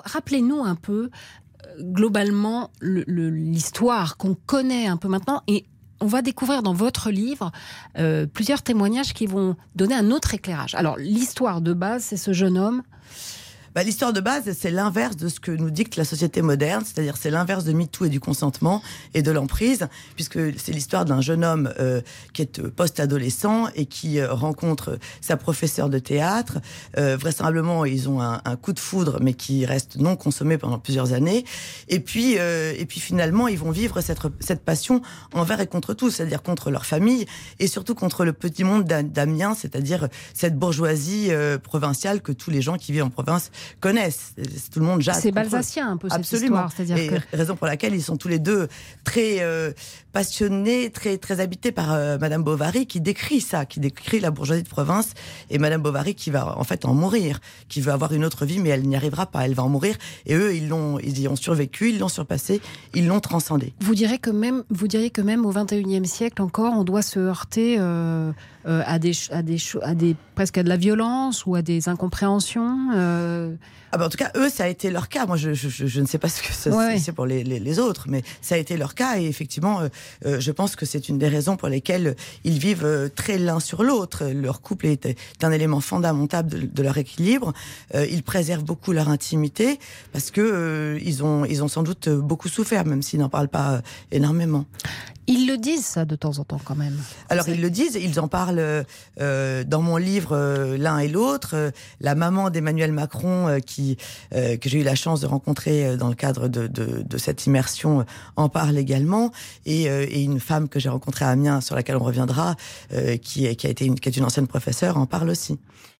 rappelez-nous un peu, globalement, l'histoire qu'on connaît un peu maintenant. Et on va découvrir dans votre livre plusieurs témoignages qui vont donner un autre éclairage. Alors, l'histoire de base, c'est ce jeune homme. L'histoire de base, c'est l'inverse de ce que nous dicte la société moderne, c'est-à-dire c'est l'inverse de MeToo et du consentement et de l'emprise, puisque c'est l'histoire d'un jeune homme qui est post-adolescent et qui rencontre sa professeure de théâtre. Vraisemblablement, ils ont un coup de foudre, mais qui reste non consommé pendant plusieurs années. Et puis finalement, ils vont vivre cette passion envers et contre tout, c'est-à-dire contre leur famille et surtout contre le petit monde d'Amiens, c'est-à-dire cette bourgeoisie provinciale que tous les gens qui vivent en province connaissent. Tout le monde jase. C'est balsacien un peu cette histoire. C'est-à-dire raison pour laquelle ils sont tous les deux très passionnés, très, très habités par Madame Bovary qui décrit ça, qui décrit la bourgeoisie de province et Madame Bovary qui va en fait en mourir, qui veut avoir une autre vie mais elle n'y arrivera pas, elle va en mourir et eux ils y ont survécu, ils l'ont surpassé, ils l'ont transcendé. Vous diriez que même au XXIe siècle encore, on doit se heurter presque à de la violence ou à des incompréhensions. En tout cas, eux, ça a été leur cas. Moi, je ne sais pas ce que c'est pour les autres, mais ça a été leur cas. Et effectivement, je pense que c'est une des raisons pour lesquelles ils vivent très l'un sur l'autre. Leur couple est un élément fondamental de leur équilibre. Ils préservent beaucoup leur intimité parce que ils ont sans doute beaucoup souffert, même s'ils n'en parlent pas énormément. Ils le disent, ça, de temps en temps, quand même. Alors, ils le disent, ils en parlent dans mon livre, l'un et l'autre. La maman d'Emmanuel Macron, que j'ai eu la chance de rencontrer dans le cadre de cette immersion, en parle également. Et une femme que j'ai rencontrée à Amiens, sur laquelle on reviendra, qui est une ancienne professeure, en parle aussi.